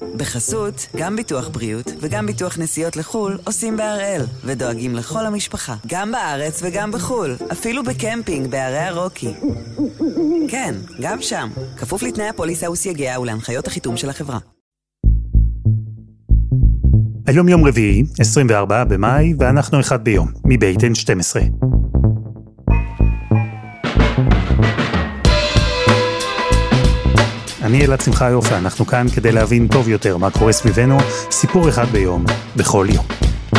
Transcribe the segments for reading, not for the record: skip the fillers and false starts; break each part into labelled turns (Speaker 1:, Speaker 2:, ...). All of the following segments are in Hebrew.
Speaker 1: בחסות, גם ביטוח בריאות וגם ביטוח נסיעות לחול עושים בהראל, ודואגים לכל המשפחה, גם בארץ וגם בחול, אפילו בקמפינג בערי הרוקי. כן, גם שם, כפוף לתנאי הפוליסה וסייגיה ולהנחיות החיתום של החברה.
Speaker 2: היום יום רביעי, 24 במאי, ואנחנו אחד ביום, מבית N12. אני אלעד שמחה יופי, אנחנו כאן כדי להבין טוב יותר מה קורה סביבנו, סיפור אחד ביום, בכל יום.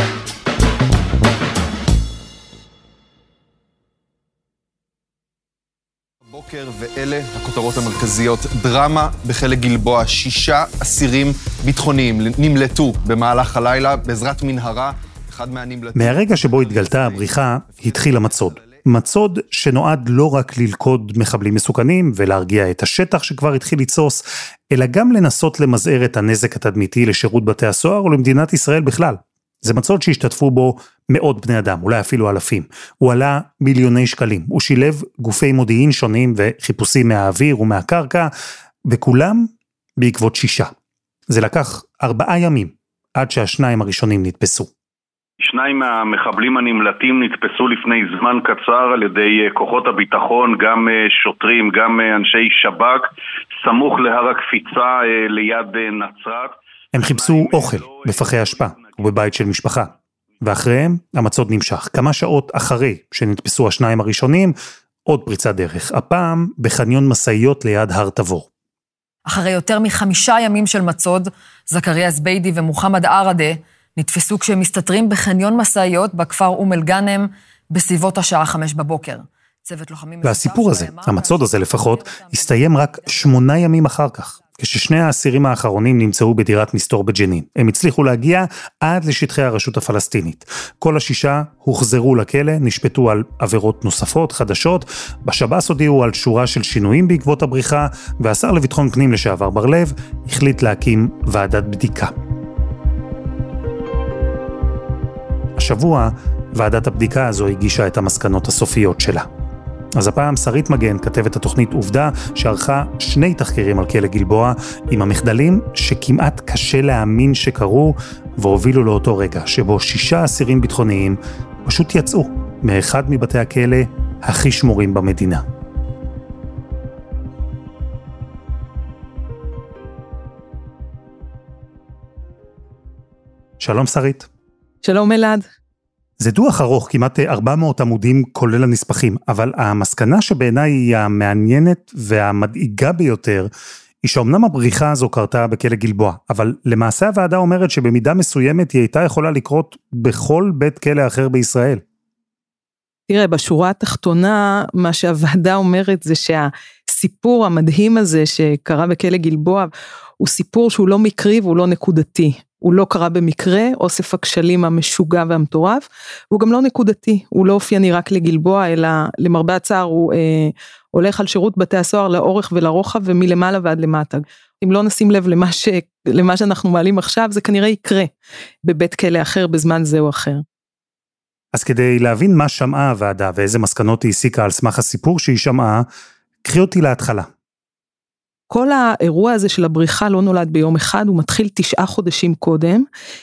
Speaker 3: בוקר ואלה הכותרות המרכזיות. דרמה בחלק גלבוע, 6 אסירים ביטחוניים נמלטו במהלך הלילה בעזרת מנהרה.
Speaker 2: מהרגע שבו התגלתה הבריחה, התחיל המצוד. מצוד שנועד לא רק ללכוד מחבלים מסוכנים ולהרגיע את השטח שכבר התחיל לצוס, אלא גם לנסות למזער את הנזק התדמיתי לשירות בתי הסוהר או למדינת ישראל בכלל. זה מצוד שהשתתפו בו מאות בני אדם, אולי אפילו אלפים. הוא עלה מיליוני שקלים. הוא שילב גופי מודיעין שונים וחיפושים מהאוויר ומהקרקע, וכולם בעקבות 6. זה לקח 4 ימים עד שהשניים הראשונים נתפסו.
Speaker 4: 2 מהמחבלים הנמלטים נתפסו לפני זמן קצר על ידי כוחות הביטחון, גם שוטרים, גם אנשי שב"כ, סמוך להר הקפיצה ליד נצרת.
Speaker 2: הם חיפשו אוכל בפחי אשפה ובבית של משפחה, ואחריהם המצוד נמשך. כמה שעות אחרי שנתפסו השניים הראשונים, עוד פריצת דרך, הפעם בחניון מסעיות ליד הר תבור.
Speaker 5: אחרי יותר מ5 ימים של מצוד, זכריה זביידי ומוחמד ערדה נתפסו כשהם מסתתרים בחניון מסעיות בכפר אל-גאנם בסביבות השעה 5 בבוקר.
Speaker 2: והסיפור הזה, המצוד הזה לפחות, הסתיים רק 8 ימים אחר כך, כששני האסירים האחרונים נמצאו בדירת מסתור בג'נין. הם הצליחו להגיע עד לשטחי הרשות הפלסטינית. כל 6 הוחזרו לכלא, נשפטו על עבירות נוספות, חדשות. בשב"ס הודיעו על שורה של שינויים בעקבות הבריחה, והשר לביטחון פנים לשעבר בר לב החליט להקים ועדת בדיקה. השבוע, ועדת הבדיקה הזו הגישה את המסקנות הסופיות שלה. אז הפעם שרית מגן, כתבת התוכנית עובדה, שערכה 2 תחקירים על כלא גלבוע, עם המחדלים שכמעט קשה להאמין שקרו, והובילו לאותו רגע, שבו 6 אסירים ביטחוניים פשוט יצאו מאחד מבתי הכלא הכי שמורים במדינה. שלום שרית.
Speaker 6: שלום אלעד.
Speaker 2: זה דוח ארוך, כמעט 400 עמודים כולל הנספחים, אבל המסקנה שבעיניי היא המעניינת והמדאיגה ביותר, היא שאומנם הבריחה הזו קרתה בכלא גלבוע, אבל למעשה הוועדה אומרת שבמידה מסוימת היא הייתה יכולה לקרות בכל בית כלא אחר בישראל.
Speaker 6: תראה, בשורה התחתונה, מה שהוועדה אומרת זה שהסיפור המדהים הזה שקרה בכלא גלבוע, הוא סיפור שהוא לא מקרי והוא לא נקודתי. הוא לא קרה במקרה, אוסף הכשלים המשוגע והמטורף, והוא גם לא נקודתי, הוא לא אופייני רק לגלבוע, אלא למרבה הצער הוא הולך על שירות בתי הסוהר לאורך ולרוחב, ומלמעלה ועד למטה. אם לא נשים לב למה שאנחנו מעלים עכשיו, זה כנראה יקרה בבית כלא אחר, בזמן זה או אחר.
Speaker 2: אז כדי להבין מה שמעה הוועדה, ואיזה מסקנות היא הסיקה על סמך הסיפור שהיא שמעה, קחי אותי להתחלה.
Speaker 6: כל האירוע הזה של הבריחה לא נולד ביום אחד, הוא מתחיל 9 חודשים קודם,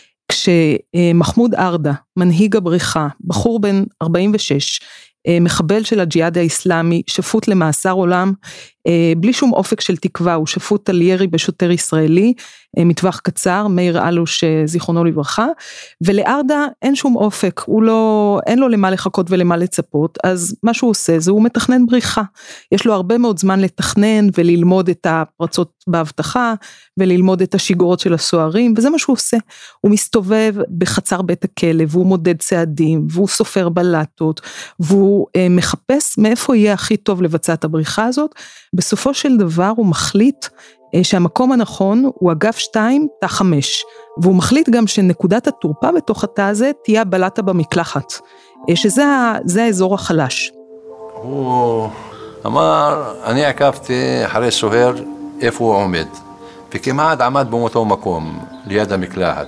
Speaker 6: כשמחמוד ארדה, מנהיג הבריחה, בחור בן 46, מחבל של הג'יהאד האסלאמי, שפוט למאסר עולם, בלי שום אופק של תקווה, הוא שפוט על ירי בשוטר ישראלי, מטווח קצר, מאיר אלוש זיכרונו לברכה, ולארדה אין שום אופק, אין לו למה לחכות ולמה לצפות, אז מה שהוא עושה זה הוא מתכנן בריחה, יש לו הרבה מאוד זמן לתכנן וללמוד את הפרצות בהבטחה, וללמוד את השיגורות של הסוהרים, וזה מה שהוא עושה, הוא מסתובב בחצר בית הכלא, והוא מודד צעדים, והוא סופר בלטות, והוא מחפש מאיפה יהיה הכי טוב לבצע את הבריחה הזאת, בסופו של דבר הוא מחליט שהמקום הנכון הוא אגף 2 תא 5, והוא מחליט גם שנקודת התורפה בתוך התא הזה תהיה הבלטה במקלחת, שזה האזור החלש.
Speaker 7: הוא אמר, אני עקבתי אחרי סוהר איפה הוא עומד, וכמעט עמד באותו מקום, ליד המקלחת,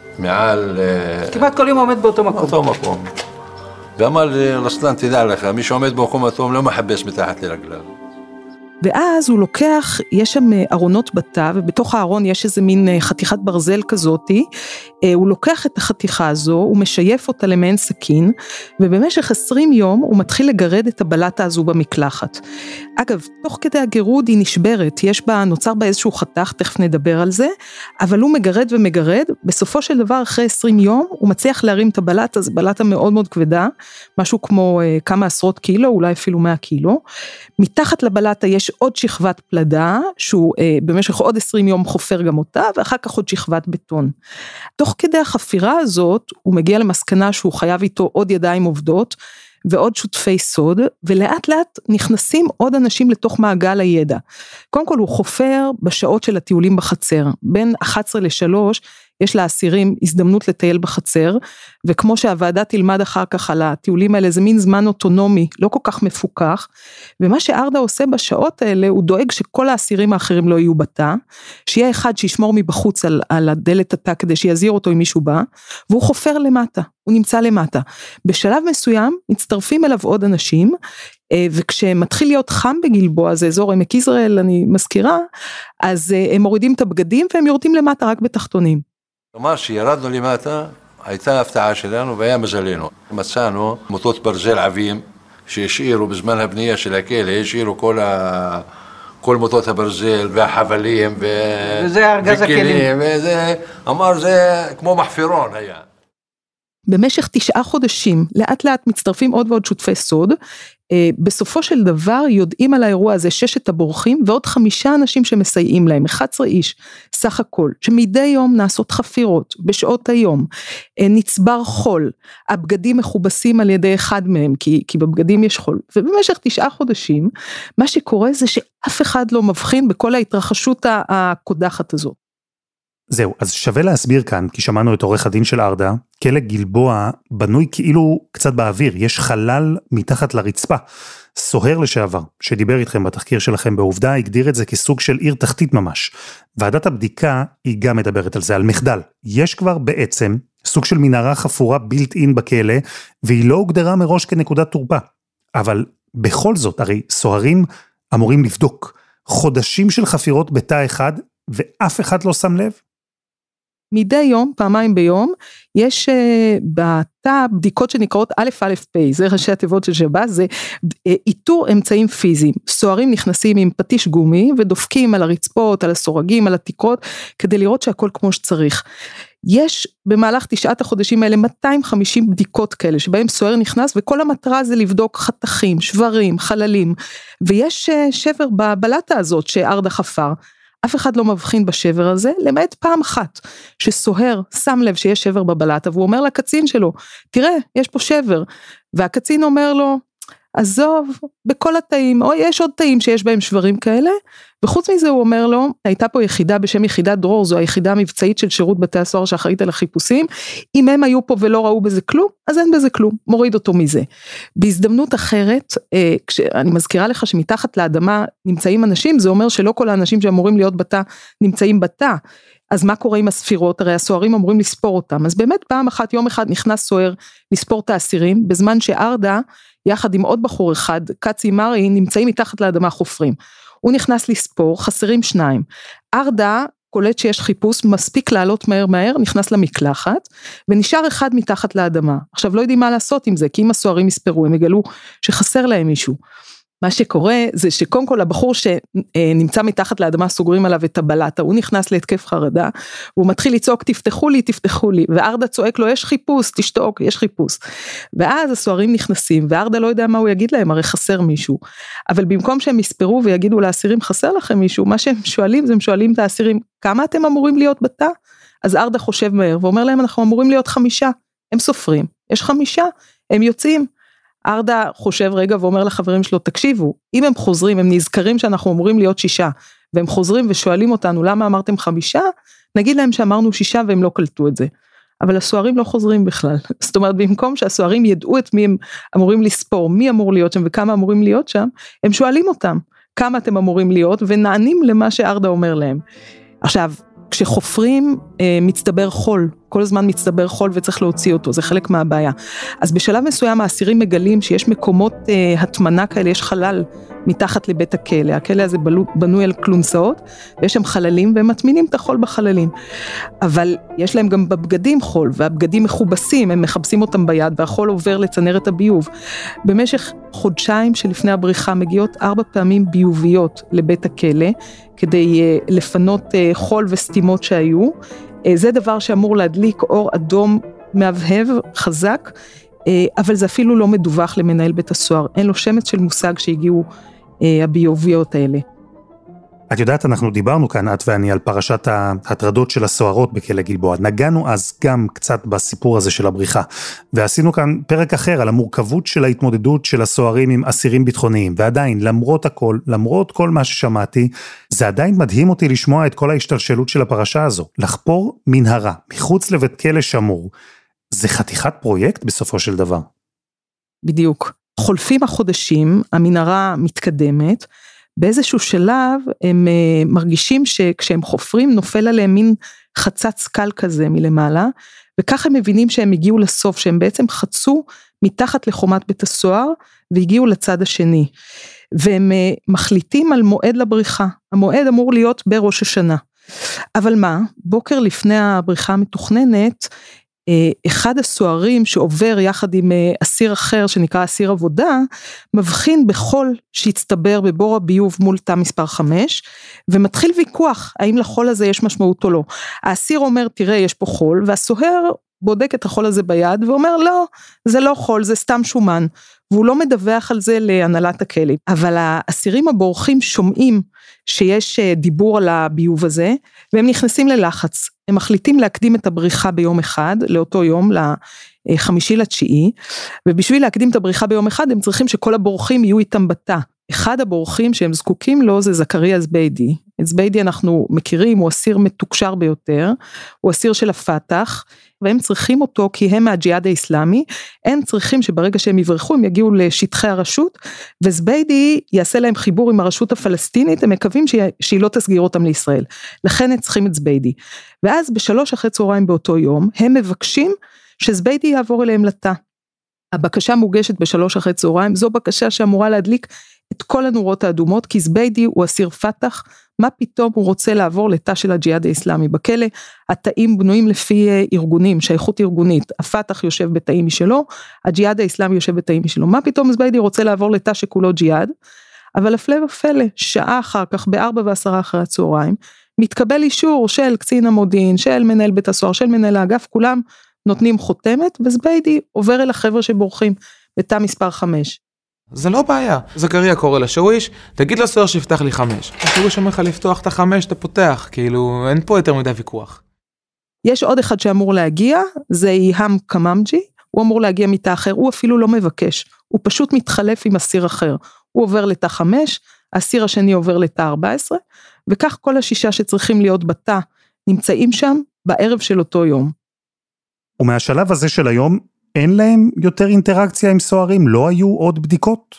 Speaker 6: כמעט כל יום עומד באותו מקום.
Speaker 7: באותו מקום. ואמר לי, רסלן, תדע לך, מי שעומד במקום אטום לא מחבש מתחת לרגליו.
Speaker 6: ואז הוא לוקח, יש שם ארונות בתא, ובתוך הארון יש איזה מין חתיכת ברזל כזאתי, הוא לוקח את החתיכה הזו, הוא משייף אותה למעין סכין, ובמשך 20 יום הוא מתחיל לגרד את הבלטה הזו במקלחת. אגב, תוך כדי הגירוד היא נשברת, נוצר בה איזשהו חתך, תכף נדבר על זה, אבל הוא מגרד ומגרד, בסופו של דבר אחרי 20 יום, הוא מצליח להרים את הבלטה, זו בלטה מאוד מאוד כבדה, משהו כמו כמה עשרות קילו, אולי אפילו 100 קילו, מתחת לבלטה יש עוד שכבת פלדה, שהוא במשך עוד 20 יום חופר גם אותה, ואחר כך עוד שכבת בטון. תוך כדי החפירה הזאת, הוא מגיע למסקנה שהוא חייב איתו עוד ידיים עובדות, ועוד שותפי סוד, ולאט לאט נכנסים עוד אנשים לתוך מעגל הידע. קודם כל הוא חופר בשעות של הטיולים בחצר, בין 11 ל-3, יש לאסירים הזדמנות לטייל בחצר, וכמו שהוועדה תלמד אחר כך על הטיולים האלה, זה מין זמן אוטונומי, לא כל כך מפוקח, ומה שארדה עושה בשעות האלה, הוא דואג שכל האסירים האחרים לא יהיו בתא, שיהיה אחד שישמור מבחוץ על הדלת התא, כדי שיזהיר אותו אם מישהו בא, והוא חופר למטה, הוא נמצא למטה. בשלב מסוים, מצטרפים אליו עוד אנשים, וכשמתחיל להיות חם בגלבוע, זה אזור עמק יזרעאל, אני מזכירה, אז הם מורידים את הבגדים, והם יורדים למטה רק בתחתונים.
Speaker 7: כלומר, שירדנו למטה, הייתה הפתעה שלנו והיה מזלנו. מצאנו מוטות ברזל עבים שהשאירו בזמן הבנייה של הכלא, השאירו כל מוטות הברזל והחבלים
Speaker 8: וזה ארגז הכלים.
Speaker 7: אמר, זה כמו מחפירון היה.
Speaker 6: במשך 9 חודשים, לאט לאט מצטרפים עוד ועוד שותפי סוד, בסופו של דבר יודעים על האירוע הזה 6 הבורחים, ועוד 5 אנשים שמסייעים להם, 11 איש, סך הכל, שמדי יום נעשות חפירות, בשעות היום, נצבר חול, הבגדים מחובסים על ידי אחד מהם, כי בבגדים יש חול, ובמשך 9 חודשים, מה שקורה זה שאף אחד לא מבחין בכל ההתרחשות הקודחת הזו.
Speaker 2: זהו, אז שווה להסביר כאן, כי שמענו את עורך הדין של ארדה, כלא גלבוע בנוי כאילו קצת באוויר, יש חלל מתחת לרצפה. סוהר לשעבר, שדיבר איתכם בתחקיר שלכם בעובדה, הגדיר את זה כסוג של עיר תחתית ממש. ועדת הבדיקה היא גם מדברת על זה, על מחדל. יש כבר בעצם סוג של מנהרה חפורה בילט אין בכלא, והיא לא הוגדרה מראש כנקודת תורפה. אבל בכל זאת, הרי סוהרים אמורים לבדוק. חודשים של חפירות בתא אחד, ואף אחד לא שם לב?
Speaker 6: מדי יום, פעמיים ביום, יש בתא בדיקות שנקראות א'-א'-פ', זה ראשי התיבות של שב"ס, זה איתור אמצעים פיזיים. סוהרים נכנסים עם פטיש גומי, ודופקים על הרצפות, על הסורגים, על התקרות, כדי לראות שהכל כמו שצריך. יש במהלך 9 החודשים האלה 250 בדיקות כאלה, שבהם סוהר נכנס, וכל המטרה זה לבדוק חתכים, שברים, חללים, ויש שבר בבלטה הזאת שארדה חפר, אף אחד לא מבחין בשבר הזה, למעט פעם אחת, שסוהר שם לב שיש שבר בבלטה, והוא אומר לקצין שלו, תראה, יש פה שבר, והקצין אומר לו, עזוב, בכל התאים, או יש עוד תאים שיש בהם שברים כאלה, וחוץ מזה הוא אומר לו, הייתה פה יחידה בשם יחידת דרור, זו היחידה המבצעית של שירות בתי הסוהר שאחראית על החיפושים, אם הם היו פה ולא ראו בזה כלום, אז אין בזה כלום, מוריד אותו מזה. בהזדמנות אחרת, אני מזכירה לך שמתחת לאדמה נמצאים אנשים, זה אומר שלא כל האנשים שאמורים להיות בתא נמצאים בתא, אז מה קורה עם הספירות? הרי הסוהרים אמורים לספור אותם, אז באמת פעם אחת, יום אחד נכנס סוהר לספור את האסירים, בזמן שארדה, יחד עם עוד בחור אחד, קצי מרי, נמצאים מתחת לאדמה חופרים. הוא נכנס לספור, חסרים 2. ארדה קולט שיש חיפוש, מספיק לעלות מהר, נכנס למקלחת, ונשאר אחד מתחת לאדמה. עכשיו לא יודעים מה לעשות עם זה, כי אם הסוהרים יספרו, הם יגלו שחסר להם מישהו. מה שקורה זה שקודם כל הבחור שנמצא מתחת לאדמה סוגרים עליו את הבלטה, הוא נכנס להתקף חרדה, והוא מתחיל לצעוק תפתחו לי, וארדה צועק לו יש חיפוש, תשתוק, יש חיפוש. ואז הסוהרים נכנסים, וארדה לא יודע מה הוא יגיד להם, הרי חסר מישהו. אבל במקום שהם יספרו ויגידו לאסירים חסר לכם מישהו, מה שהם שואלים זה הם שואלים את האסירים, כמה אתם אמורים להיות בתא? אז ארדה חושב מהר ואומר להם אנחנו אמורים להיות 5, הם סופרים, יש 5, הם יוצאים. ארדה חושב רגע ואומר לחברים שלו, תקשיבו, אם הם חוזרים, הם נזכרים שאנחנו אמורים להיות 6, והם חוזרים ושואלים אותנו, למה אמרתם 5? נגיד להם שאמרנו 6 והם לא קלטו את זה. אבל הסוהרים לא חוזרים בכלל. זאת אומרת, במקום שהסוהרים ידעו את מי הם אמורים לספור, מי אמור להיות שם וכמה אמורים להיות שם, הם שואלים אותם, כמה אתם אמורים להיות, ונענים למה שארדה אומר להם. עכשיו, כשחופרים מצטבר חול כל הזמן מצטבר חול וצריך להוציא אותו, זה חלק מהבעיה. אז בשלב מסוים האסירים מגלים שיש מקומות התמנה כאלה, יש חלל מתחת לבית הכלא, הכלא הזה בנוי על כלונסאות, ויש שם חללים והם מטמינים את החול בחללים. אבל יש להם גם בבגדים חול, והבגדים מחובסים, הם מחבסים אותם ביד, והחול עובר לצנרת הביוב. במשך חודשיים שלפני הבריחה מגיעות 4 פעמים ביוביות לבית הכלא, כדי לפנות חול וסתימות שהיו. זה דבר שאמור להדליק אור אדום מהבהב חזק, אבל זה אפילו לא מדווח למנהל בית הסוהר, אין לו שמץ של מושג שהגיעו הביוביות האלה.
Speaker 2: את יודעת, אנחנו דיברנו כאן, את ואני, על פרשת ההטרדות של הסוהרות בכלא גלבוע. נגענו אז גם קצת בסיפור הזה של הבריחה, ועשינו כאן פרק אחר על המורכבות של ההתמודדות של הסוהרים עם אסירים ביטחוניים, ועדיין, למרות הכל, למרות כל מה ששמעתי, זה עדיין מדהים אותי לשמוע את כל ההשתלשלות של הפרשה הזו. לחפור מנהרה, מחוץ לבית כלא שמור, זה חתיכת פרויקט בסופו של דבר.
Speaker 6: בדיוק. חולפים החודשים, המנהרה מתקדמת, באיזשהו שלב הם מרגישים שכשהם חופרים נופל עליהם מין חצץ קל כזה מלמעלה, וכך הם מבינים שהם הגיעו לסוף, שהם בעצם חצו מתחת לחומת בית הסוהר, והגיעו לצד השני. והם מחליטים על מועד לבריחה, המועד אמור להיות בראש השנה. אבל מה? בוקר לפני הבריחה המתוכננת, אחד הסוהרים שעובר יחד עם אסיר אחר שנקרא אסיר עבודה, מבחין בחול שהצטבר בבור הביוב מול תא מספר 5, ומתחיל ויכוח האם לחול הזה יש משמעות או לא. האסיר אומר תראה יש פה חול, והסוהר בודק את החול הזה ביד ואומר לא, זה לא חול, זה סתם שומן, והוא לא מדווח על זה להנהלת הכלא. אבל האסירים הבורחים שומעים שיש דיבור על הביוב הזה, והם נכנסים ללחץ. הם מחליטים להקדים את הבריחה ביום אחד, לאותו יום, ל5/9, ובשביל להקדים את הבריחה ביום אחד, הם צריכים שכל הבורחים יהיו איתם בתא. אחד הבורחים שהם זקוקים לו זה זכריה זביידי. את זביידי אנחנו מכירים, הוא אסיר מתוקשר ביותר, הוא אסיר של הפתח, והם צריכים אותו כי הם מהג'יהאד האסלאמי, הם צריכים שברגע שהם יברחו, הם יגיעו לשטחי הרשות, וזביידי יעשה להם חיבור עם הרשות הפלסטינית, הם מקווים שהיא לא תסגיר אותם לישראל, לכן הם צריכים את זביידי. ואז ב15:00 באותו יום, הם מבקשים שזביידי יעבור אליהם לתא. הבקשה מוגשת ב15:00, זו בקשה שאמורה להדליק את כל הנורות האדומות, כי זביידי הוא אסיר פתח, מה פתאום הוא רוצה לעבור לתא של הג'יהאד האסלאמי בכלא, התאים בנויים לפי ארגונים, שייכות ארגונית, הפתח יושב בתאים משלו, הג'יהאד האסלאמי יושב בתאים משלו, מה פתאום זביידי רוצה לעבור לתא שכולו ג'יהאד, אבל הפלא ופלא, שעה אחר כך, 16:10 מתקבל אישור של קצין המודיעין, של מנהל בית הסוהר, של מנהל האגף, כולם נותנים חותמת, וזביידי עובר אל החבר'ה שבורחים, בתא מספר 5.
Speaker 9: זה לא בעיה. זכריה קורא לשוויש, תגיד לסוהר שיפתח לי 5. השוויש אומר לך לפתוח את 5, אתה פותח, כאילו אין פה יותר מדי ויכוח.
Speaker 6: יש עוד אחד שאמור להגיע, זה איהם קמאמג'י, הוא אמור להגיע מתא אחר, הוא אפילו לא מבקש, הוא פשוט מתחלף עם אסיר אחר, הוא עובר לתא 5, האסיר השני עובר לתא 14, וכך כל 6 שצריכים להיות בתא, נמצאים שם בערב של אותו יום.
Speaker 2: ומהשלב הזה של היום, אין להם יותר אינטראקציה עם סוהרים? לא היו עוד בדיקות?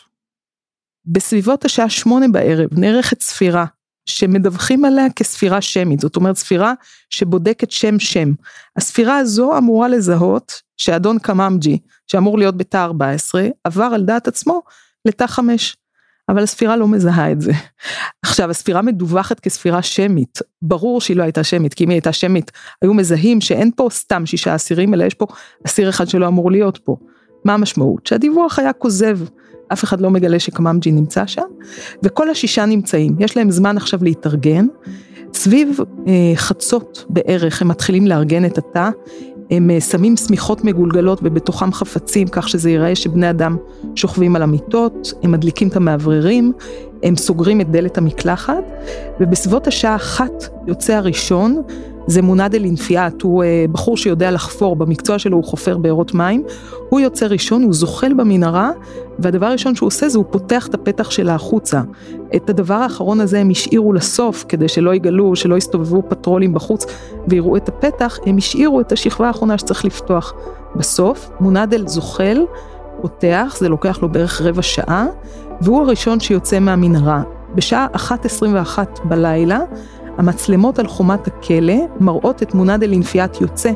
Speaker 6: בסביבות השעה 8 בערב נערכת ספירה, שמדווחים עליה כספירה שמית, זאת אומרת ספירה שבודקת שם. הספירה הזו אמורה לזהות שאדון קמאמג'י, שאמור להיות בתא 14, עבר על דעת עצמו לתא 5, אבל הספירה לא מזהה את זה. עכשיו, הספירה מדווחת כספירה שמית, ברור שהיא לא הייתה שמית, כי אם היא הייתה שמית, היו מזהים שאין פה סתם 6 אסירים, אלא יש פה אסיר אחד שלא אמור להיות פה. מה המשמעות? שהדיווח היה כוזב, אף אחד לא מגלה שקמאמג'י נמצא שם, וכל 6 נמצאים, יש להם זמן עכשיו להתארגן, סביב חצות בערך, הם מתחילים לארגן את התא, הם שמים סמיכות מגולגלות ובתוכם חפצים, כך שזה ייראה שבני אדם שוכבים על המיטות, הם מדליקים את המעבררים, הם סוגרים את דלת המקלחת, ובסביבות השעה 1 יוצא הראשון, זה מונד אל אינפיאט, הוא בחור שיודע לחפור, במקצוע שלו הוא חופר בארות מים, הוא יוצא ראשון, הוא זוחל במנהרה, והדבר הראשון שהוא עושה זה הוא פותח את הפתח שלה החוצה. את הדבר האחרון הזה הם השאירו לסוף, כדי שלא יגלו, שלא יסתובבו פטרולים בחוץ, ויראו את הפתח, הם השאירו את השכבה האחרונה שצריך לפתוח. בסוף, מונד אל זוחל, פותח, זה לוקח לו בערך רבע שעה, והוא הראשון שיוצא מהמנהרה. בשעה 1:21 בלילה, המצלמות על חומת הכלא מראות את מונד אל אינפיאט יוצא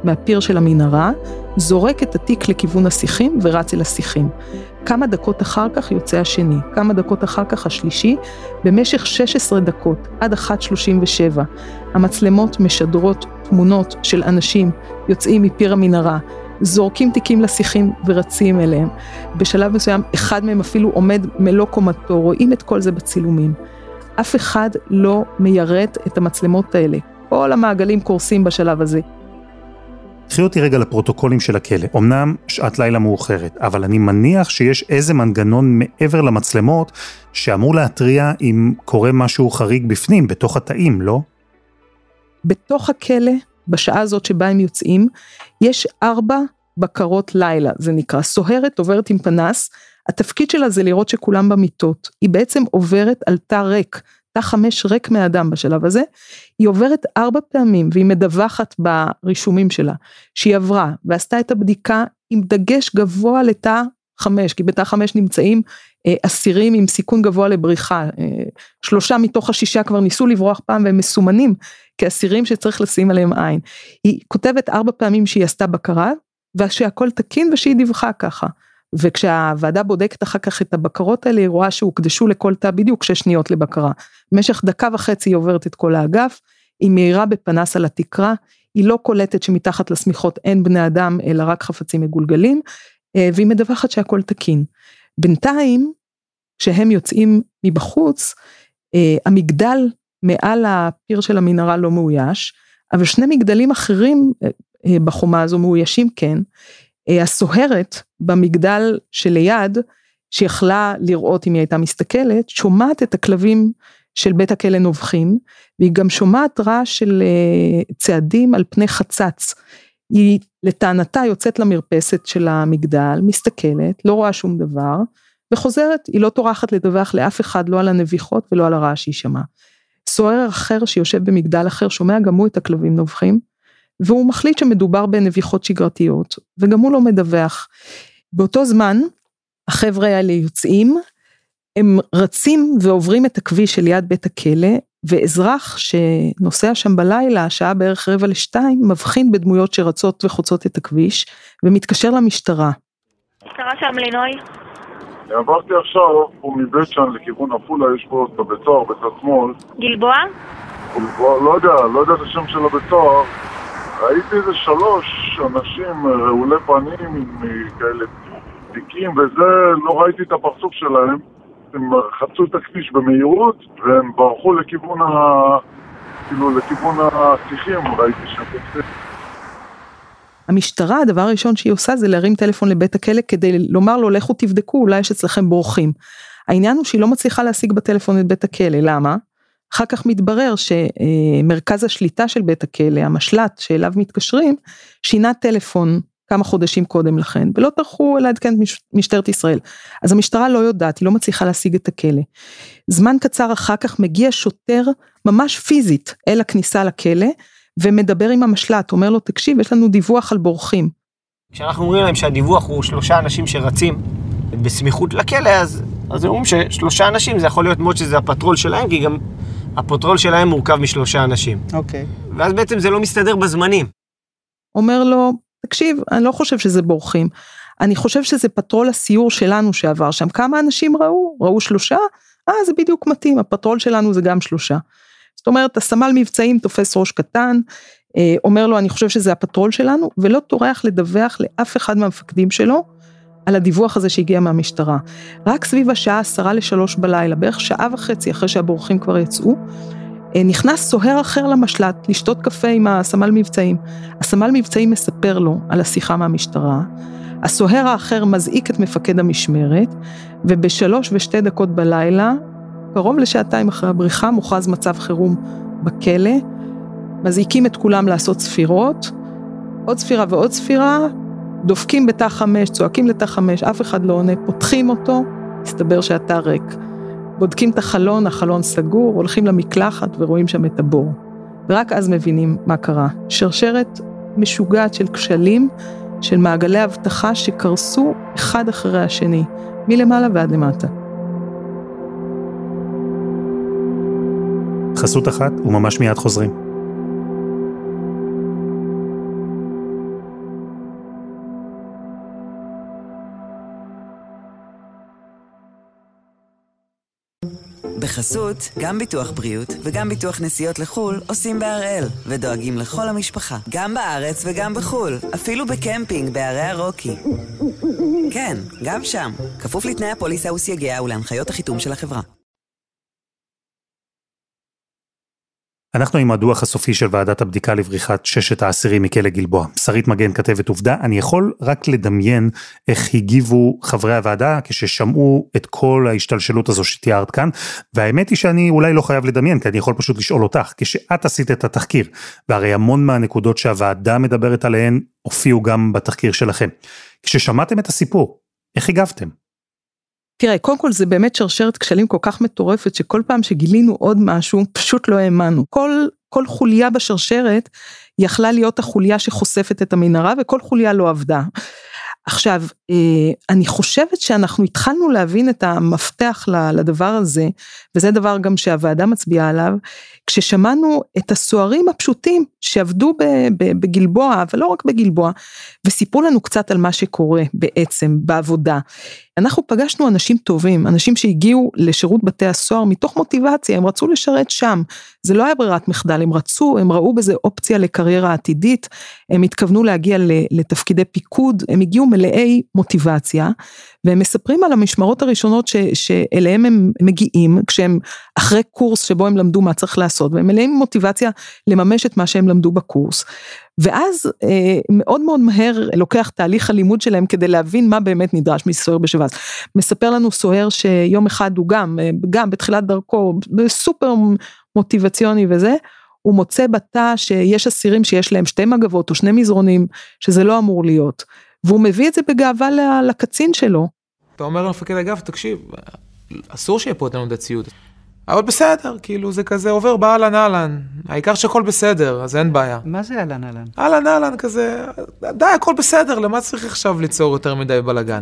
Speaker 6: מהפיר של המנהרה, זורק את התיק לכיוון השיחים ורץ אל השיחים. כמה דקות אחר כך יוצא השני, כמה דקות אחר כך השלישי, במשך 16 דקות, עד 1:37, המצלמות משדרות תמונות של אנשים יוצאים מפיר המנהרה, זורקים תיקים לשיחים ורצים אליהם. בשלב מסוים, אחד מהם אפילו עומד מלוא קומתו, רואים את כל זה בצילומים. אף אחד לא מיירט את המצלמות האלה. כל המעגלים קורסים בשלב הזה.
Speaker 2: קחי אותי רגע לפרוטוקולים של הכלא. אמנם שעת לילה מאוחרת, אבל אני מניח שיש איזה מנגנון מעבר למצלמות שאמור להטריע אם קורה משהו חריג בפנים, בתוך התאים, לא?
Speaker 6: בתוך הכלא, בשעה הזאת שבה הם יוצאים, יש 4 בקרות לילה, זה נקרא. סוהרת עוברת עם פנס, התפקיד שלה זה לראות שכולם במיטות. היא בעצם עוברת על תא ריק, תא 5 ריק מהאדם בשלב הזה, היא עוברת 4 פעמים, והיא מדווחת ברישומים שלה, שהיא עברה, ועשתה את הבדיקה עם דגש גבוה לתא 5, כי בתא 5 נמצאים אסירים עם סיכון גבוה לבריחה, 3 מתוך 6 כבר ניסו לברוח פעם, והם מסומנים כאסירים שצריך לשים עליהם עין. היא כותבת 4 פעמים שהיא עשתה בקרה, ושהכל תקין ושהיא דיווחה ככה. וכשהוועדה בודקת אחר כך את הבקרות האלה, היא רואה שהוקדשו לכל תא בדיוק 6 שניות לבקרה. במשך 1.5 דקות היא עוברת את כל האגף, היא מהירה בפנס על התקרה, היא לא קולטת שמתחת לסמיכות אין בני אדם, אלא רק חפצים מגולגלים, והיא מדווחת שהכל תקין. בינתיים, כשהם יוצאים מבחוץ, המגדל מעל הפיר של המנהרה לא מאויש, אבל 2 מגדלים אחרים בחומה הזו מאוישים כן, הסוהרת במגדל שליד, שיכלה לראות אם היא הייתה מסתכלת, שומעת את הכלבים של בית הכלא נובחים, והיא גם שומעת רעש של צעדים על פני חצץ. היא לטענתה יוצאת למרפסת של המגדל, מסתכלת, לא רואה שום דבר, וחוזרת, היא לא טורחת לדווח לאף אחד, לא על הנביחות ולא על הרעש שהיא שמעה. סוהר אחר שיושב במגדל אחר, שומע גם הוא את הכלבים נובחים, והוא מחליט שמדובר בנביחות שגרתיות, וגם הוא לא מדווח. באותו זמן, החבר'ה האלה יוצאים, הם רצים ועוברים את הכביש של יד בית הכלא, ואזרח שנוסע שם בלילה, השעה בערך 1:45, מבחין בדמויות שרצות וחוצות את הכביש, ומתקשר למשטרה.
Speaker 10: משטרה שם לינוי?
Speaker 11: עברתי עכשיו, פה מבית שם לכיוון עפולה, יש פה את הבית סוהר, בצד שמאל.
Speaker 10: גלבוע?
Speaker 11: לא יודע את השם של הבית סוהר. ראיתי איזה 3 אנשים רעולי פנים כאלה תיקים, וזה לא ראיתי את הפרצוף שלהם. הם חצו את הכביש במהירות, והם ברחו לכיוון השיחים, ראיתי שם.
Speaker 6: המשטרה, הדבר הראשון שהיא עושה זה להרים טלפון לבית הכלא, כדי לומר לו, לכו תבדקו, אולי יש אצלכם בורחים. העניין הוא שהיא לא מצליחה להשיג בטלפון את בית הכלא, למה? אחר כך מתברר שמרכז השליטה של בית הכלא, המשלט שאליו מתקשרים, שינה טלפון כמה חודשים קודם לכן, ולא טרחו לעדכן משטרת ישראל. אז המשטרה לא יודעת, היא לא מצליחה להשיג את הכלא. זמן קצר אחר כך מגיע שוטר ממש פיזית אל הכניסה לכלא, ומדבר עם המשלט, אומר לו, תקשיב, יש לנו דיווח על בורחים.
Speaker 12: כשאנחנו אומרים להם שהדיווח הוא 3 אנשים שרצים בסמיכות לכלא, אז הם אומרים ש3 אנשים, זה יכול להיות מאוד שזה הפטרול שלהם, כי גם הפטרול שלהם מורכב מ3 אנשים.
Speaker 6: אוקיי.
Speaker 12: ואז בעצם זה לא מסתדר בזמנים.
Speaker 6: אומר לו, תקשיב, אני לא חושב שזה בורחים, אני חושב שזה פטרול הסיור שלנו שעבר שם. כמה אנשים ראו 3? זה בדיוק מתאים, הפטרול שלנו זה גם 3. זאת אומרת, הסמל מבצעים תופס ראש קטן, אומר לו, אני חושב שזה הפטרול שלנו, ולא טורח לדווח לאף אחד מהמפקדים שלו, על הדיווח הזה שהגיע מהמשטרה. רק סביב השעה 2:50 בלילה, בערך 1.5 שעות אחרי שהבורחים כבר יצאו, נכנס סוהר אחר למשלט, לשתות קפה עם הסמל מבצעים. הסמל מבצעים מספר לו על השיחה מהמשטרה, הסוהר האחר מזעיק את מפקד המשמרת, וב3:02 בלילה, קרוב ל2 אחרי הבריחה, מוכרז מצב חירום בכלא, מזעיקים את כולם לעשות ספירות, עוד ספירה ועוד ספירה, דופקים בתא 5, צועקים לתא 5, אף אחד לא עונה, פותחים אותו, מסתבר שהתא ריק. בודקים את החלון, החלון סגור, הולכים למקלחת ורואים שם את הבור. ורק אז מבינים מה קרה. שרשרת משוגעת של כשלים, של מעגלי הבטחה שקרסו אחד אחרי השני, מלמעלה ועד למטה.
Speaker 2: חסות אחת וממש מיד חוזרים.
Speaker 1: בחסות, גם ביטוח בריאות וגם ביטוח נסיעות לחול עושים בהראל, ודואגים לכל המשפחה, גם בארץ וגם בחול, אפילו בקמפינג בערי הרוקי. כן, גם שם, כפוף לתנאי הפוליסה וסייגיה ולהנחיות החיתום של החברה.
Speaker 2: אנחנו עם הדוח הסופי של ועדת הבדיקה לבריחת 6 האסירים מכלא גלבוע. שרית מגן כתבת עובדה, אני יכול רק לדמיין איך הגיבו חברי הוועדה כששמעו את כל ההשתלשלות הזו שתיארת כאן, והאמת היא שאני אולי לא חייב לדמיין, כי אני יכול פשוט לשאול אותך, כשאת עשית את התחקיר, והרי המון מהנקודות שהוועדה מדברת עליהן הופיעו גם בתחקיר שלכם. כששמעתם את הסיפור, איך הגבתם?
Speaker 6: תראה, קודם כל זה באמת שרשרת כשלים כל כך מטורפת, שכל פעם שגילינו עוד משהו, פשוט לא האמנו. כל חוליה בשרשרת יכלה להיות החוליה שחושפת את המנהרה, וכל חוליה לא עבדה. עכשיו, אני חושבת שאנחנו התחלנו להבין את המפתח לדבר הזה, וזה דבר גם שהוועדה מצביעה עליו, כששמענו את הסוהרים הפשוטים שעבדו בגלבוע, אבל לא רק בגלבוע, וסיפרו לנו קצת על מה שקורה בעצם בעבודה. אנחנו פגשנו אנשים טובים, אנשים שהגיעו לשירות בתי הסוהר מתוך מוטיבציה, הם רצו לשרת שם, זה לא היה ברירת מחדל, הם ראו בזה אופציה לקריירה עתידית, הם התכוונו להגיע לתפקידי פיקוד, הם הגיעו מלאי מוטיבציה, והם מספרים על המשמרות הראשונות שאליהם הם מגיעים, כשהם אחרי קורס שבו הם למדו מה צריך לעשות, והם מלאים מוטיבציה לממש את מה שהם למדו בקורס, ואז מאוד מאוד מהר לוקח תהליך הלימוד שלהם כדי להבין מה באמת נדרש מסוהר בשב"ס. מספר לנו סוהר שיום אחד הוא גם בתחילת דרכו, בסופר מוטיבציוני וזה, הוא מוצא בתא שיש אסירים שיש להם 2 מגבות או 2 מזרונים, שזה לא אמור להיות, והוא מביא את זה בגאווה לקצין שלו.
Speaker 9: אתה אומר למפקד אגף, תקשיב, אסור שיהיה פה את לנו ציוד. אבל בסדר, כאילו זה כזה עובר באלן אלן, העיקר שהכל בסדר, אז אין בעיה.
Speaker 8: מה זה אלן אלן?
Speaker 9: אלן אלן כזה, די, הכל בסדר, למה צריך עכשיו ליצור יותר מדי בלגן?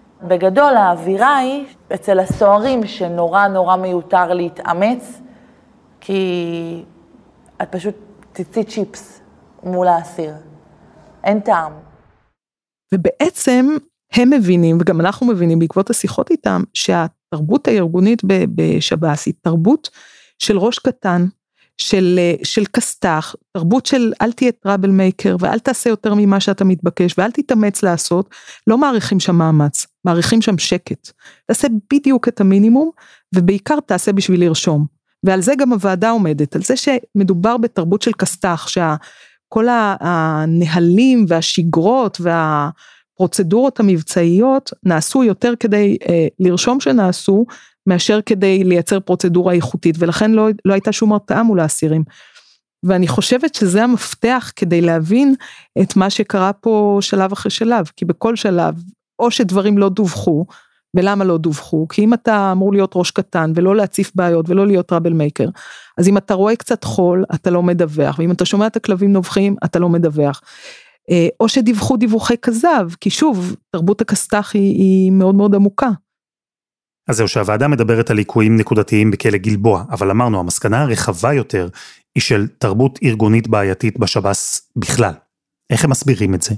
Speaker 13: בגדול האווירה היא אצל הסוהרים שנורא נורא מיותר להתאמץ, כי את פשוט תצאי צ'יפס מול האסיר, אין טעם.
Speaker 6: ובעצם הם מבינים, וגם אנחנו מבינים בעקבות השיחות איתם, שהתרבות הארגונית בשב"ס היא תרבות של ראש קטן, של כסתח, תרבות של אל תהיה טראבל מייקר, ואל תעשה יותר ממה שאתה מתבקש, ואל תתאמץ לעשות, לא מעריכים שם מאמץ, מעריכים שם שקט, תעשה בדיוק את המינימום, ובעיקר תעשה בשביל לרשום, ועל זה גם הוועדה עומדת, על זה שמדובר בתרבות של כסתח, שכל הנהלים והשגרות והפרוצדורות המבצעיות נעשו יותר כדי לרשום שנעשו, מאשר כדי לייצר פרוצדורה איכותית, ולכן לא הייתה שום הרתעה מול האסירים. ואני חושבת שזה המפתח כדי להבין את מה שקרה פה שלב אחרי שלב, כי בכל שלב, או שדברים לא דווחו, ולמה לא דווחו? כי אם אתה אמור להיות ראש קטן, ולא להציף בעיות, ולא להיות טראבל מייקר, אז אם אתה רואה קצת חול, אתה לא מדווח, ואם אתה שומע את הכלבים נובחים, אתה לא מדווח. או שדיווחו דיווחי כזב, כי שוב, תרבות הכסתח היא מאוד מאוד עמוקה.
Speaker 2: אז זהו שהוועדה מדברת על ליקויים נקודתיים בכלא גלבוע, אבל אמרנו, המסקנה הרחבה יותר היא של תרבות ארגונית בעייתית בשב"ס בכלל. איך הם מסבירים את זה?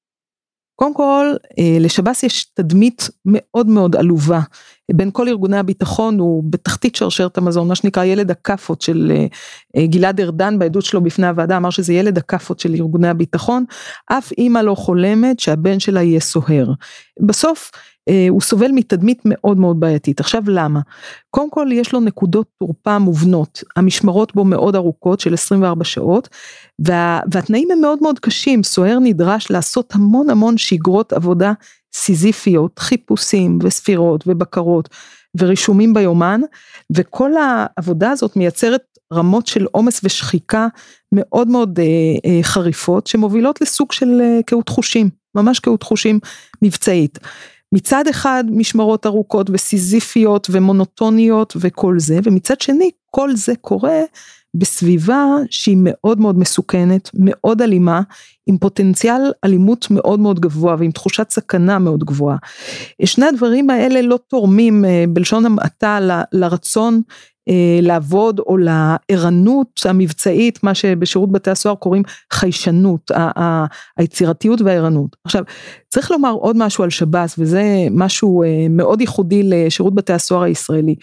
Speaker 6: קודם כל, לשב"ס יש תדמית מאוד מאוד עלובה, בין כל ארגוני הביטחון הוא בתחתית שרשרת המזון, מה שנקרא ילד הכפות של גלעד ארדן, בעדות שלו בפני הוועדה, אמר שזה ילד הכפות של ארגוני הביטחון, אף אמא לא חולמת שהבן שלה יהיה סוהר. בסוף, הוא סובל מתדמית מאוד מאוד בעייתית. עכשיו למה? קודם כל יש לו נקודות תורפה מובנות, המשמרות בו מאוד ארוכות של 24 שעות, והתנאים הם מאוד מאוד קשים, סוהר נדרש לעשות המון המון שגרות עבודה סיזיפיות, חיפושים וספירות ובקרות ורישומים ביומן, וכל העבודה הזאת מייצרת רמות של עומס ושחיקה מאוד מאוד חריפות, שמובילות לסוג של קהות חושים, ממש קהות חושים מבצעית. מצד אחד משמרות ארוכות וסיזיפיות ומונוטוניות וכל זה, ומצד שני כל זה קורה בסביבה שהיא מאוד מאוד מסוכנת, מאוד אלימה, עם פוטנציאל אלימות מאוד מאוד גבוה, ועם תחושת סכנה מאוד גבוהה. שני הדברים האלה לא תורמים בלשון המעטה לרצון לעבוד או לערנות המבצעית, מה שבשירות בתי הסוהר קוראים חיישנות, היצירתיות והערנות. עכשיו, צריך לומר עוד משהו על שב"ס, וזה משהו מאוד ייחודי לשירות בתי הסוהר הישראלי.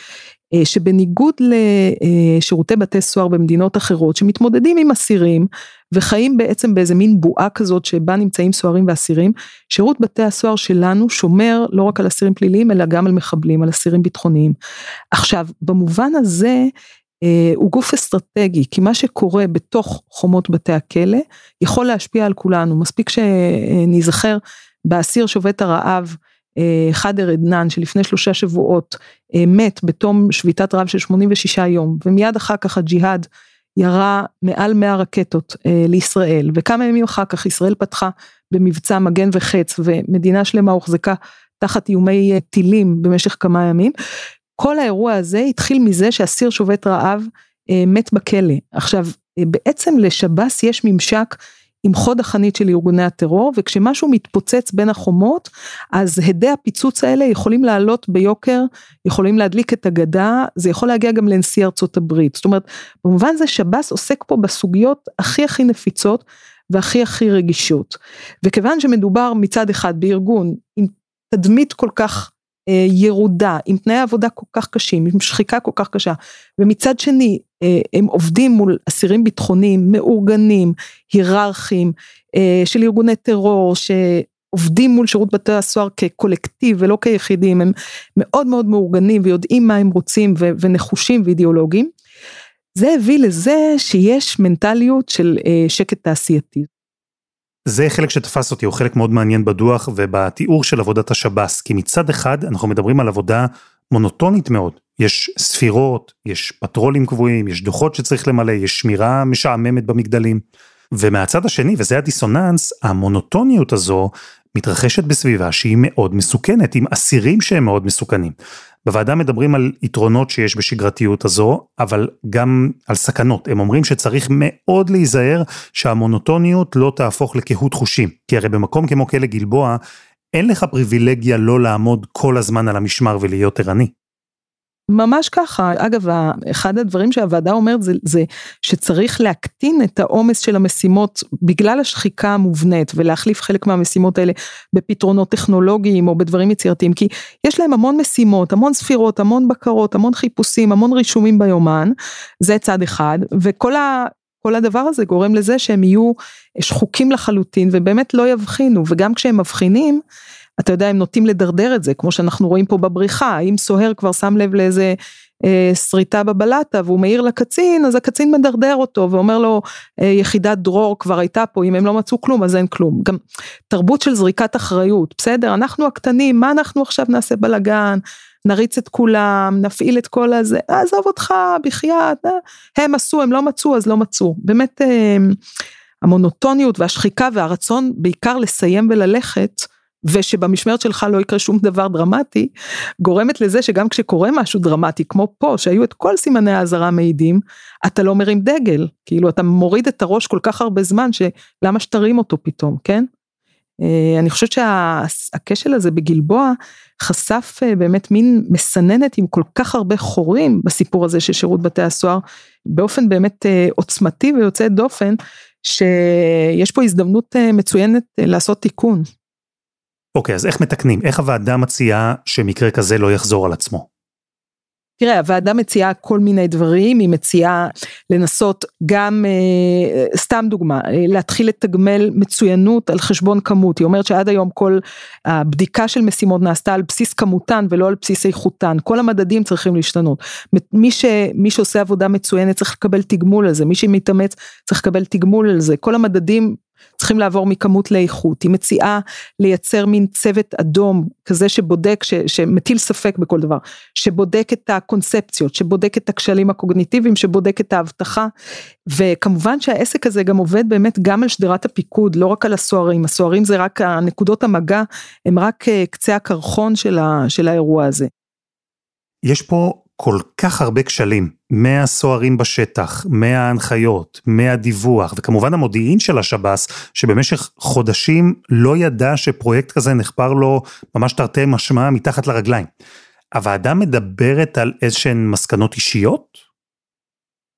Speaker 6: שבניגוד לשירותי בתי סוהר במדינות אחרות, שמתמודדים עם אסירים, וחיים בעצם באיזה מין בועה כזאת, שבה נמצאים סוהרים ואסירים, שירות בתי הסוהר שלנו שומר לא רק על אסירים פליליים, אלא גם על מחבלים, על אסירים ביטחוניים. עכשיו, במובן הזה, הוא גוף אסטרטגי, כי מה שקורה בתוך חומות בתי הכלא, יכול להשפיע על כולנו. מספיק שנזכר באסיר שובת הרעב, חדר עדנן שלפני 3 שבועות מת בתום שביתת רעב של 86 יום, ומיד אחר כך הג'יהאד ירה מעל 100 רקטות לישראל, וכמה ימים אחר כך ישראל פתחה במבצע מגן וחץ, ומדינה שלמה הוחזקה תחת איומי טילים במשך כמה ימים. כל האירוע הזה התחיל מזה שאסיר שובת רעב מת בכלא. עכשיו, בעצם לשב"ס יש ממשק עם חוד החנית של ארגוני הטרור, וכשמשהו מתפוצץ בין החומות, אז הדי הפיצוץ האלה יכולים לעלות ביוקר, יכולים להדליק את הגדה, זה יכול להגיע גם לנשיא ארצות הברית. זאת אומרת, במובן זה שב"ס עוסק פה בסוגיות הכי נפיצות, והכי רגישות. וכיוון שמדובר מצד אחד בארגון, עם תדמית כל כך ירודה, עם תנאי עבודה כל כך קשים, עם שחיקה כל כך קשה, ומצד שני, הם עובדים מול אסירים ביטחוניים, מאורגנים, היררכיים, של ארגוני טרור, שעובדים מול שירות בתי הסוהר כקולקטיב, ולא כיחידים, הם מאוד מאוד מאורגנים, ויודעים מה הם רוצים, ונחושים ואידיאולוגיים. זה הביא לזה שיש מנטליות של שקט תעשייתי.
Speaker 2: זה חלק שתפס אותי, הוא חלק מאוד מעניין בדוח ובתיאור של עבודת השב"ס, כי מצד אחד אנחנו מדברים על עבודה מונוטונית מאוד, יש ספירות, יש פטרולים קבועים, יש דוחות שצריך למלא, יש שמירה משעממת במגדלים, ומהצד השני, וזה הדיסוננס, המונוטוניות הזו מתרחשת בסביבה שהיא מאוד מסוכנת, עם אסירים שהם מאוד מסוכנים. בוועדה מדברים על יתרונות שיש בשגרתיות הזו, אבל גם על סכנות. הם אומרים שצריך מאוד להיזהר שהמונוטוניות לא תהפוך לקהות חושים. כי הרי במקום כמו כלא גלבוע, אין לך פריבילגיה לא לעמוד כל הזמן על המשמר ולהיות ערני.
Speaker 6: ממש ככה. אגב, אחד הדברים שהוועדה אומרת זה שצריך להקטין את העומס של המשימות בגלל השחיקה המובנית, ולהחליף חלק מהמשימות האלה בפתרונות טכנולוגיים או בדברים יצירתיים, כי יש להם המון משימות, המון ספירות, המון בקרות, המון חיפושים, המון רישומים ביומן, זה צד אחד, וכל הדבר הזה גורם לזה שהם יהיו שחוקים לחלוטין, ובאמת לא יבחינו, וגם כשהם מבחינים, אתה יודע, הם נוטים לדרדר את זה, כמו שאנחנו רואים פה בבריחה, אם סוהר כבר שם לב לאיזה שריטה בבלטה, והוא מעיר לקצין, אז הקצין מדרדר אותו, ואומר לו, יחידת דרור כבר הייתה פה, אם הם לא מצאו כלום, אז אין כלום. גם תרבות של זריקת אחריות, בסדר, אנחנו הקטנים, מה אנחנו עכשיו נעשה בלגן, נריץ את כולם, נפעיל את כל הזה, עזוב אותך, בחייאת, הם עשו, הם לא מצאו, אז לא מצאו. באמת, המונוטוניות והשחיקה והרצון, בעיקר לסיים וללכת, ושבמשמרת שלך לא יקרה שום דבר דרמטי, גורמת לזה שגם כשקורה משהו דרמטי, כמו פה, שהיו את כל סימני האזהרה מעידים, אתה לא מרים דגל, כאילו אתה מוריד את הראש כל כך הרבה זמן, שלמה שתרים אותו פתאום, כן? אני חושבת שהכשל הזה בגלבוע, חשף באמת מין מסננת עם כל כך הרבה חורים, בסיפור הזה של שירות בתי הסוהר, באופן באמת עוצמתי ויוצא דופן, שיש פה הזדמנות מצוינת לעשות תיקון.
Speaker 2: אוקיי, אז איך מתקנים? איך הוועדה מציעה שמקרה כזה לא יחזור על עצמו?
Speaker 6: תראה, הוועדה מציעה כל מיני דברים, היא מציעה לנסות גם, סתם דוגמה, להתחיל לתגמל מצוינות על חשבון כמות, היא אומרת שעד היום כל הבדיקה של משימות נעשתה על בסיס כמותן ולא על בסיס איכותן, כל המדדים צריכים להשתנות, מי שעושה עבודה מצוינת צריך לקבל תגמול על זה, מי שמתאמץ צריך לקבל תגמול על זה, כל המדדים צריכים לעבור מכמות לאיכות, היא מציעה לייצר מין צוות אדום, כזה שבודק, שמטיל ספק בכל דבר, שבודק את הקונספציות, שבודק את הכשלים הקוגניטיביים, שבודק את ההבטחה, וכמובן שהעסק הזה גם עובד באמת גם על שדרת הפיקוד, לא רק על הסוהרים, הסוהרים זה רק הנקודות המגע, הם רק קצה הקרחון של האירוע הזה.
Speaker 2: יש פה כל כך הרבה כשלים, מהסוהרים בשטח, מההנחיות, מהדיווח, וכמובן המודיעין של השב"ס, שבמשך חודשים לא ידע שפרויקט כזה נחפר לו ממש תרתי משמע מתחת לרגליים. הוועדה מדברת על איזשהן מסקנות אישיות?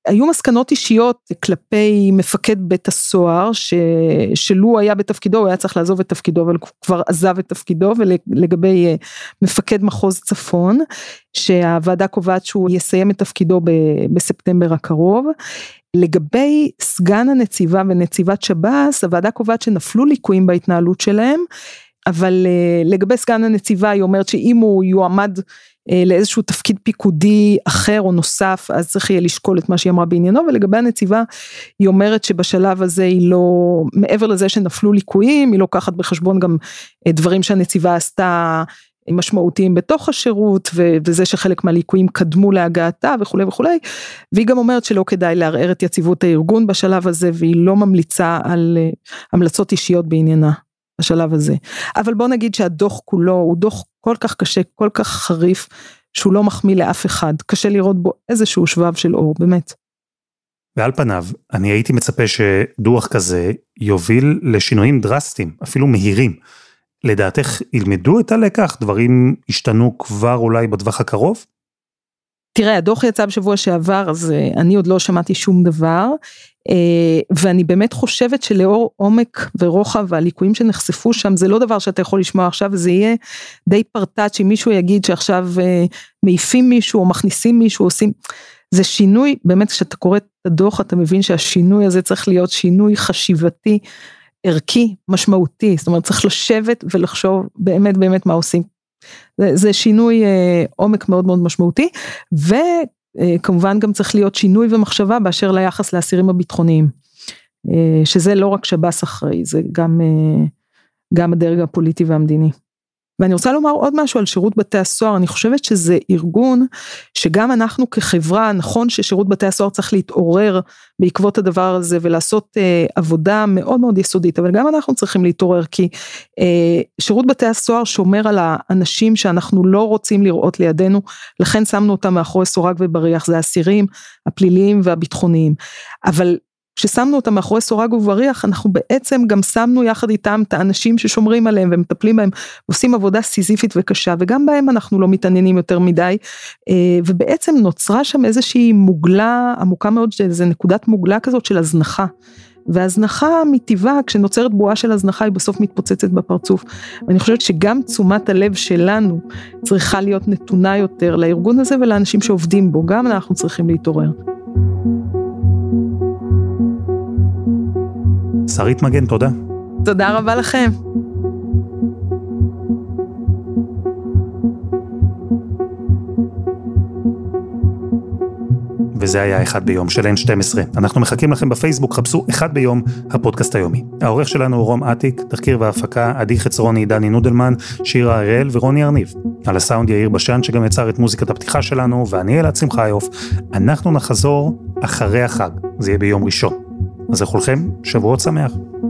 Speaker 6: היו מסקנות אישיות כלפי מפקד בית הסוהר, שלו היה בתפקידו, הוא היה צריך לעזוב את תפקידו, אבל הוא כבר עזב את תפקידו, ולגבי מפקד מחוז צפון, שהוועדה קובעת שהוא יסיים את תפקידו בספטמבר הקרוב. לגבי סגן הנציבה ונציבת שב"ס, הוועדה קובעת שנפלו ליקויים בהתנהלות שלהם, אבל לגבי סגן הנציבה היא אומרת שאם הוא יועמד לאיזשהו תפקיד פיקודי אחר או נוסף, אז צריך יהיה לשקול את מה שהיא אמרה בעניינו, ולגבי הנציבה היא אומרת שבשלב הזה היא לא, מעבר לזה שנפלו ליקויים, היא לוקחת בחשבון גם דברים שהנציבה עשתה משמעותיים בתוך השירות, וזה שחלק מהליקויים קדמו להגעתה וכו' וכו', והיא גם אומרת שלא כדאי לערער את יציבות הארגון בשלב הזה, והיא לא ממליצה על המלצות אישיות בעניינה בשלב הזה. אבל בוא נגיד שהדוח כולו הוא דוח כל כך קשה, כל כך חריף, שהוא לא מחמיא לאף אחד, קשה לראות בו איזשהו שבב של אור, באמת.
Speaker 2: ועל פניו, אני הייתי מצפה שדוח כזה יוביל לשינויים דרסטיים, אפילו מהירים. לדעתך ילמדו את הלקח? דברים השתנו כבר אולי בטווח הקרוב?
Speaker 6: תראה, הדוח יצא בשבוע שעבר, אז אני עוד לא שמעתי שום דבר, ואני באמת חושבת שלאור עומק ורוחב והליקויים שנחשפו שם, זה לא דבר שאתה יכול לשמוע עכשיו, זה יהיה די פרטאץ' אם מישהו יגיד שעכשיו מעיפים מישהו או מכניסים מישהו, עושים, זה שינוי, באמת כשאתה קורא את הדוח אתה מבין שהשינוי הזה צריך להיות שינוי חשיבתי, ערכי, משמעותי, זאת אומרת צריך לשבת ולחשוב באמת באמת מה עושים. זה שינוי עומק מאוד מאוד משמעותי, וכמובן גם צריך להיות שינוי ומחשבה באשר ליחס לאסירים הביטחוניים, שזה לא רק שב"ס אחראי, זה גם הדרג הפוליטי והמדיני. ואני רוצה לומר עוד משהו על שירות בתי הסוהר, אני חושבת שזה ארגון שגם אנחנו כחברה, נכון ששירות בתי הסוהר צריך להתעורר בעקבות הדבר הזה ולעשות עבודה מאוד מאוד יסודית, אבל גם אנחנו צריכים להתעורר, כי שירות בתי הסוהר שומר על האנשים שאנחנו לא רוצים לראות לידינו, לכן שמנו אותם מאחורי סורג ובריח, זה האסירים הפליליים והביטחוניים, אבל כששמנו אותם מאחורי סורג ובריח, אנחנו בעצם גם שמנו יחד איתם את האנשים ששומרים עליהם ומטפלים בהם, ועושים עבודה סיזיפית וקשה, וגם בהם אנחנו לא מתעניינים יותר מדי, ובעצם נוצרה שם איזושהי מוגלה עמוקה מאוד, שזה נקודת מוגלה כזאת של הזנחה, והזנחה מטבעה, כשנוצרת בועה של הזנחה, היא בסוף מתפוצצת בפרצוף, ואני חושבת שגם תשומת הלב שלנו, צריכה להיות נתונה יותר לארגון הזה, ולאנשים שעובדים בו, גם אנחנו צריכים להתעורר.
Speaker 2: שרית מגן, תודה.
Speaker 6: תודה רבה לכם.
Speaker 2: וזה היה אחד ביום של N12. אנחנו מחכים לכם בפייסבוק, חפשו אחד ביום הפודקאסט היומי. העורך שלנו הוא רום עתיק, תחקיר והפקה, עדי חצרוני, דני נודלמן, שירה הראל ורוני ארניב. על הסאונד יאיר בשן שגם יצר את מוזיקת הפתיחה שלנו, ואני אלעד שמחיוף. אנחנו נחזור אחרי החג, זה יהיה ביום ראשון. אז לכולכם, שבועות שמח.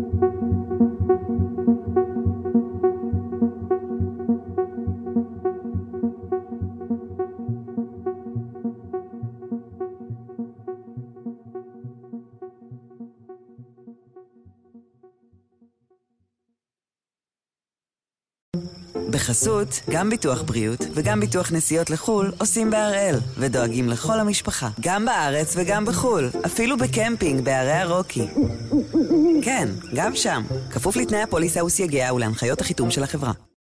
Speaker 1: בחסות, גם ביטוח בריאות וגם ביטוח נסיעות לחול עושים בהראל ודואגים לכל המשפחה, גם בארץ וגם בחול, אפילו בקמפינג בערי הרוקי. כן, גם שם, כפוף לתנאי הפוליסה וסייגיה ולהנחיות החיתום של החברה.